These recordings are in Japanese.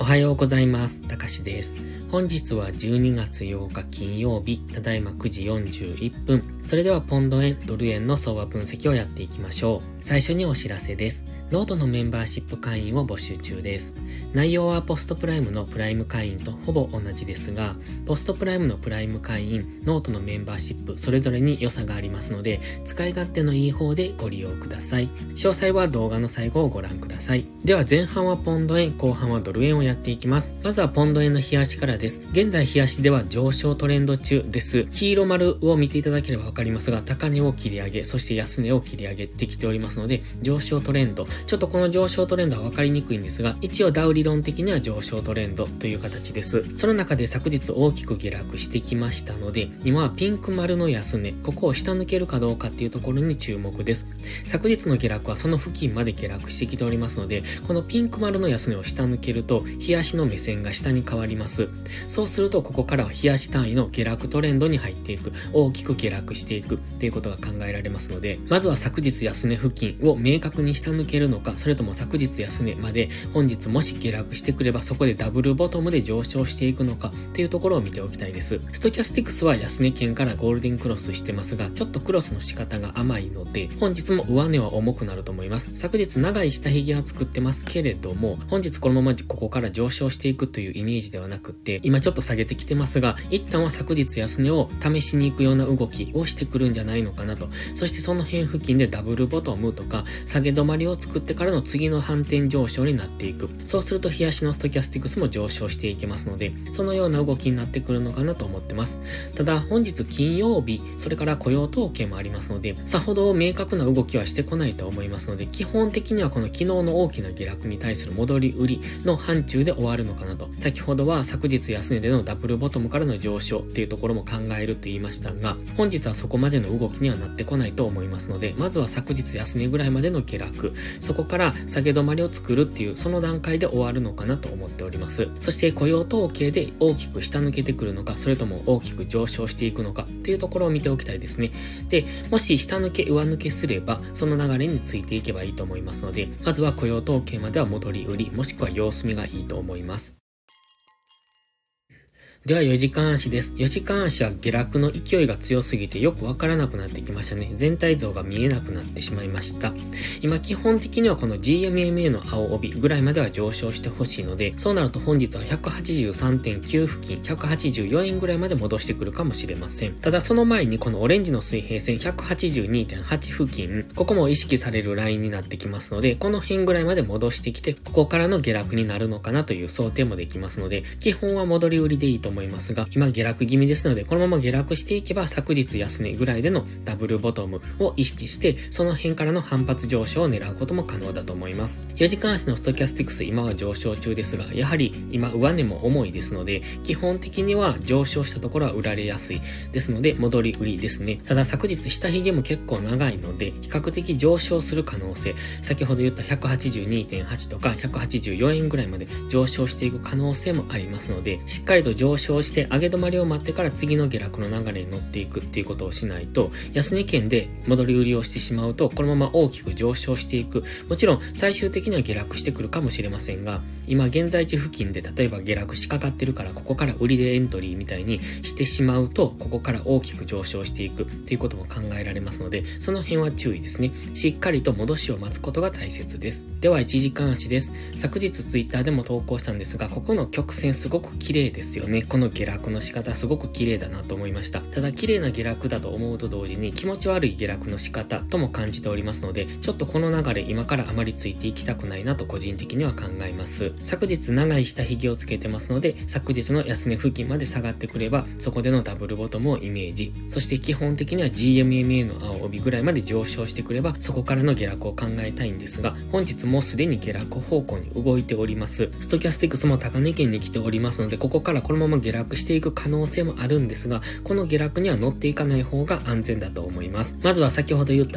はようございます。たかしです。本日は12月8日金曜日、ただいま9時41分。それではポンド円、ドル円の相場分析をやっていきましょう。最初にお知らせです。ノートのメンバーシップ会員を募集中です。内容はポストプライムのプライム会員とほぼ同じですが、ポストプライムのプライム会員、ノートのメンバーシップ、それぞれに良さがありますので、使い勝手のいい方でご利用ください。詳細は動画の最後をご覧ください。では前半はポンド円、後半はドル円をやっていきます。まずはポンド円の冷やしからです。現在冷やしでは上昇トレンド中です。黄色丸を見ていただければわかりますが、高値を切り上げ、そして安値を切り上げてきておりますので、上昇トレンド。ちょっとこの上昇トレンドはわかりにくいんですが、一応ダウ理論的には上昇トレンドという形です。その中で昨日大きく下落してきましたので、今はピンク丸の安値、ここを下抜けるかどうかっていうところに注目です。昨日の下落はその付近まで下落してきておりますので、このピンク丸の安値を下抜けると、冷やしの目線が下に変わります。そうすると、ここからは冷やし単位の下落トレンドに入っていく、大きく下落していくということが考えられますので、まずは昨日安値付近を明確に下抜けるのか、それとも昨日安値まで本日もし下落してくればそこでダブルボトムで上昇していくのかっていうところを見ておきたいです。ストキャスティクスは安値圏からゴールデンクロスしてますが、ちょっとクロスの仕方が甘いので、本日も上値は重くなると思います。昨日長い下髭は作ってますけれども、本日このままここから上昇していくというイメージではなくって、今ちょっと下げてきてますが、一旦は昨日安値を試しに行くような動きをしてくるんじゃないのかなと。そしてその辺付近でダブルボトムとか下げ止まりを作ってからの次の反転上昇になっていく。そうすると冷やしのストキャスティクスも上昇していけますので、そのような動きになってくるのかなと思ってます。ただ本日金曜日、それから雇用統計もありますので、さほど明確な動きはしてこないと思いますので、基本的にはこの昨日の大きな下落に対する戻り売りの範疇で終わるのかなと。先ほどは昨日安値でのダブルボトムからの上昇っていうところも考えると言いましたが、本日はそこまでの動きにはなってこないと思いますので、まずは昨日安値ぐらいまでの下落、そこから下げ止まりを作るっていうその段階で終わるのかなと思っております。そして雇用統計で大きく下抜けてくるのか、それとも大きく上昇していくのかっていうところを見ておきたいですね。で、もし下抜け上抜けすればその流れについていけばいいと思いますので、まずは雇用統計までは戻り売り、もしくは様子見がいいと思います。では4時間足です。4時間足は下落の勢いが強すぎてよくわからなくなってきましたね。全体像が見えなくなってしまいました。今基本的にはこの GMMA の青帯ぐらいまでは上昇してほしいので、そうなると本日は 183.9 付近、184円ぐらいまで戻してくるかもしれません。ただその前にこのオレンジの水平線 182.8 付近、ここも意識されるラインになってきますので、この辺ぐらいまで戻してきて、ここからの下落になるのかなという想定もできますので、基本は戻り売りでいいと思いますが、今下落気味ですので、このまま下落していけば昨日安値ぐらいでのダブルボトムを意識して、その辺からの反発上昇を狙うことも可能だと思います。4時間足のストキャスティクス今は上昇中ですが、やはり今上値も重いですので、基本的には上昇したところは売られやすいですので、戻り売りですね。ただ昨日下髭も結構長いので、比較的上昇する可能性、先ほど言った 182.8 とか184円ぐらいまで上昇していく可能性もありますので、しっかりと上昇して上げ止まりを待ってから次の下落の流れに乗っていくっていうことをしないと、安値圏で戻り売りをしてしまうと、このまま大きく上昇していく。もちろん最終的には下落してくるかもしれませんが、今現在地付近で例えば下落しかかってるからここから売りでエントリーみたいにしてしまうと、ここから大きく上昇していくっていうことも考えられますので、その辺は注意ですね。しっかりと戻しを待つことが大切です。では1時間足です。昨日ツイッターでも投稿したんですが、ここの曲線すごく綺麗ですよね。この下落の仕方すごく綺麗だなと思いました。ただ綺麗な下落だと思うと同時に気持ち悪い下落の仕方とも感じておりますので、ちょっとこの流れ今からあまりついていきたくないなと個人的には考えます。昨日長い下髭をつけてますので、昨日の安値付近まで下がってくればそこでのダブルボトムをイメージ、そして基本的には GMMA の青帯ぐらいまで上昇してくればそこからの下落を考えたいんですが、本日もうすでに下落方向に動いております。ストキャスティクスも高値圏に来ておりますので、ここからこのままま下落していく可能性もあるんですが、この下落には乗っていかない方が安全だと思います。まずは先ほど言った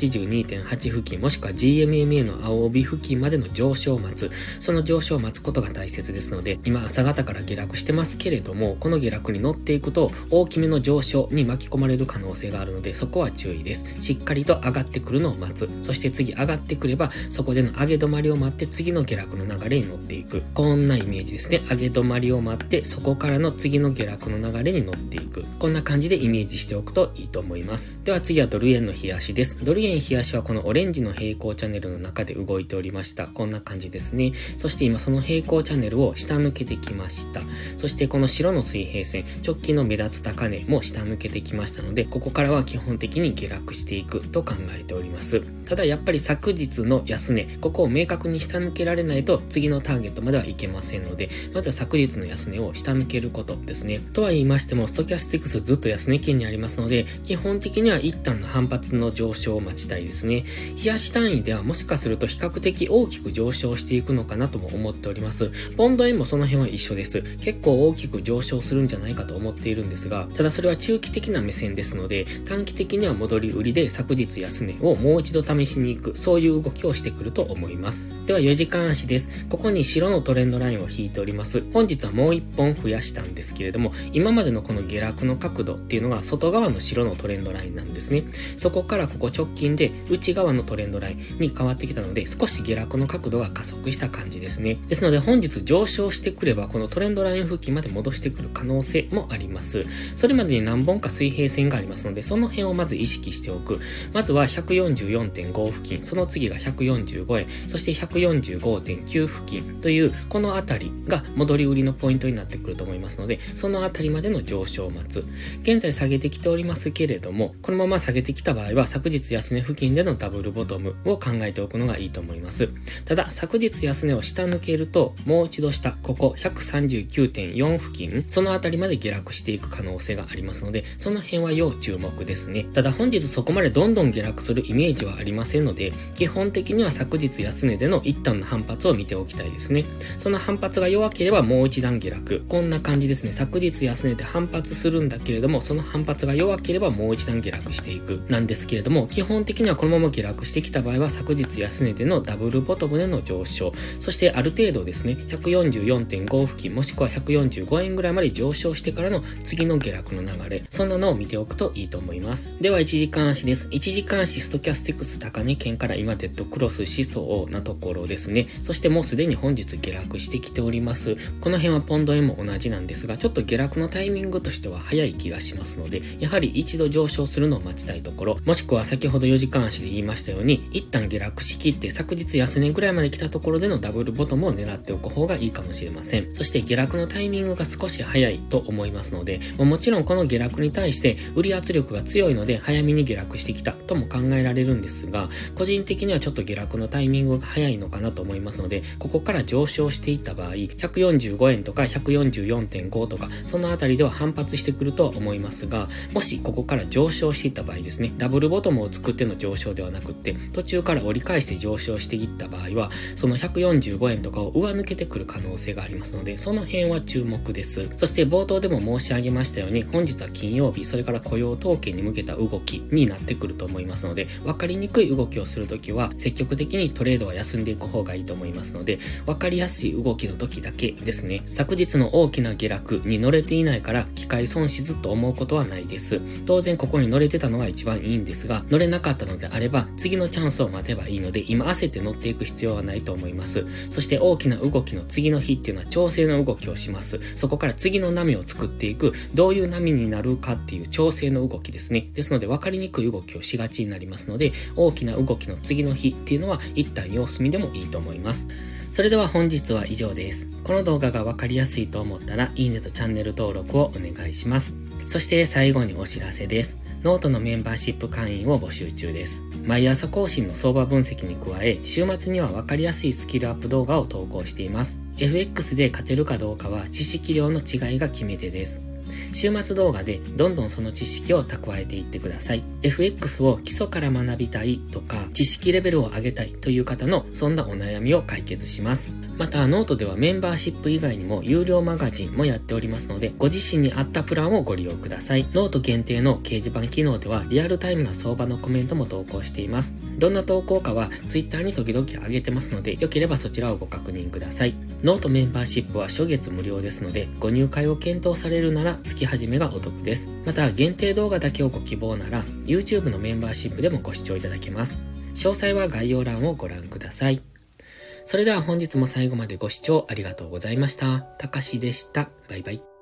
182.8 付近もしくは GMMA の青帯付近までの上昇を待つ。その上昇を待つことが大切ですので、今朝方から下落してますけれども、この下落に乗っていくと大きめの上昇に巻き込まれる可能性があるので、そこは注意です。しっかりと上がってくるのを待つ。そして次上がってくれば、そこでの上げ止まりを待って次の下落の流れに乗っていく。こんなイメージですね。上げ止まりを待って、そこからの次の下落の流れに乗っていく。こんな感じでイメージしておくといいと思います。では次はドル円の日足です。ドル円日足はこのオレンジの平行チャンネルの中で動いておりました。こんな感じですね。そして今その平行チャンネルを下抜けてきました。そしてこの白の水平線、直近の目立つ高値も下抜けてきましたので、ここからは基本的に下落していくと考えております。ただやっぱり昨日の安値、ここを明確に下抜けられないと次のターゲットまではいけませんので、まずは昨日の安値を下抜けることですね。とは言いましても、ストキャスティクスずっと安値圏にありますので、基本的には一旦の反発の上昇を待ちたいですね。日足単位ではもしかすると比較的大きく上昇していくのかなとも思っております。ポンド円もその辺は一緒です。結構大きく上昇するんじゃないかと思っているんですが、ただそれは中期的な目線ですので、短期的には戻り売りで昨日安値をもう一度試しに行く、そういう動きをしてくると思います。では4時間足です。ここに白のトレンドラインを引いております。本日はもう1本増やしたんですけれども、今までのこの下落の角度っていうのが外側の白のトレンドラインなんですね。そこからここ直近で内側のトレンドラインに変わってきたので、少し下落の角度が加速した感じですね。ですので本日上昇してくればこのトレンドライン付近まで戻してくる可能性もあります。それまでに何本か水平線がありますので、その辺をまず意識しておく。まずは 144.5 付近、その次が145円、そして 145.9 付近というこのあたりが戻り売りのポイントになってくると思いますので、そのあたりまでの上昇を待つ。現在下げてきておりますけれども、このまま下げてきた場合は昨日安値付近でのダブルボトムを考えておくのがいいと思います。ただ昨日安値を下抜けると、もう一度下、ここ 139.4 付近、そのあたりまで下落していく可能性がありますので、その辺は要注目ですね。ただ本日そこまでどんどん下落するイメージはありませんので、基本的には昨日安値での一旦の反発を見ておきたいですね。その反発が弱ければもう一段下落。こんな感じですね。昨日安値で反発するんだけれども、その反発が弱ければもう一段下落していく。なんですけれども、基本的にはこのまま下落してきた場合は昨日安値でのダブルボトムでの上昇、そしてある程度ですね、144.5 付近もしくは145円ぐらいまで上昇してからの次の下落の流れ、そんなのを見ておくといいと思います。では1時間足です。1時間足ストキャスティクス高値圏から今デッドクロスしそうなところですね。そしてもうすでに本日下落してきております。この辺はポンド円も同じなんですが、ちょっと下落のタイミングとしては早い気がしますので、やはり一度上昇するのを待ちたいところ、もしくは先ほど4時間足で言いましたように、一旦下落しきって昨日安値ぐらいまで来たところでのダブルボトムを狙っておく方がいいかもしれません。そして下落のタイミングが少し早いと思いますので、もちろんこの下落に対して売り圧力が強いので早めに下落してきたとも考えられるんですが、個人的にはちょっと下落のタイミングが早いのかなと思いますので、ここから上昇していった場合、145円とか 144.5 とかそのあたりでは反発してくるとは思いますが、もしここから上昇していった場合ですね、ダブルボトムを作っての上昇ではなくって途中から折り返して上昇していった場合は、その145円とかを上抜けてくる可能性がありますので、その辺は注目です。そして冒頭でも申し上げましたように、本日は金曜日、それから雇用統計に向けた動きになってくると思いますので、分かりにくい動きをするときは積極的にトレードは休んでいく方がいいと思いますので、分かりやすい動きの時だけですね。昨日の大きな下落に乗れていないから機会損失と思うことはないです。当然ここに乗れてたのが一番いいんですが、乗れなかったのであれば次のチャンスを待てばいいので、今焦って乗っていく必要はないと思います。そして大きな動きの次の日っていうのは調整の動きをします。そこから次の波を作っていく、どういう波になるかっていう調整の動きですね。ですので分かりにくい動きをしがちになりますので、大きな動きの次の日っていうのは一旦様子見でもいいと思います。それでは本日は以上です。この動画が分かりやすいと思ったらいいねとチャンネル登録をお願いします。そして最後にお知らせです。ノートのメンバーシップ会員を募集中です。毎朝更新の相場分析に加え、週末には分かりやすいスキルアップ動画を投稿しています。FX で勝てるかどうかは知識量の違いが決め手です。 週末動画でどんどんその知識を蓄えていってください。FX を基礎から学びたいとか、知識レベルを上げたいという方のそんなお悩みを解決します。また、ノートではメンバーシップ以外にも有料マガジンもやっておりますので、ご自身に合ったプランをご利用ください。ノート限定の掲示板機能ではリアルタイムな相場のコメントも投稿しています。どんな投稿かは Twitter に時々上げてますので、良ければそちらをご確認ください。ノートメンバーシップは初月無料ですので、ご入会を検討されるなら月始めがお得です。また、限定動画だけをご希望なら YouTube のメンバーシップでもご視聴いただけます。詳細は概要欄をご覧ください。それでは本日も最後までご視聴ありがとうございました。たかしでした。バイバイ。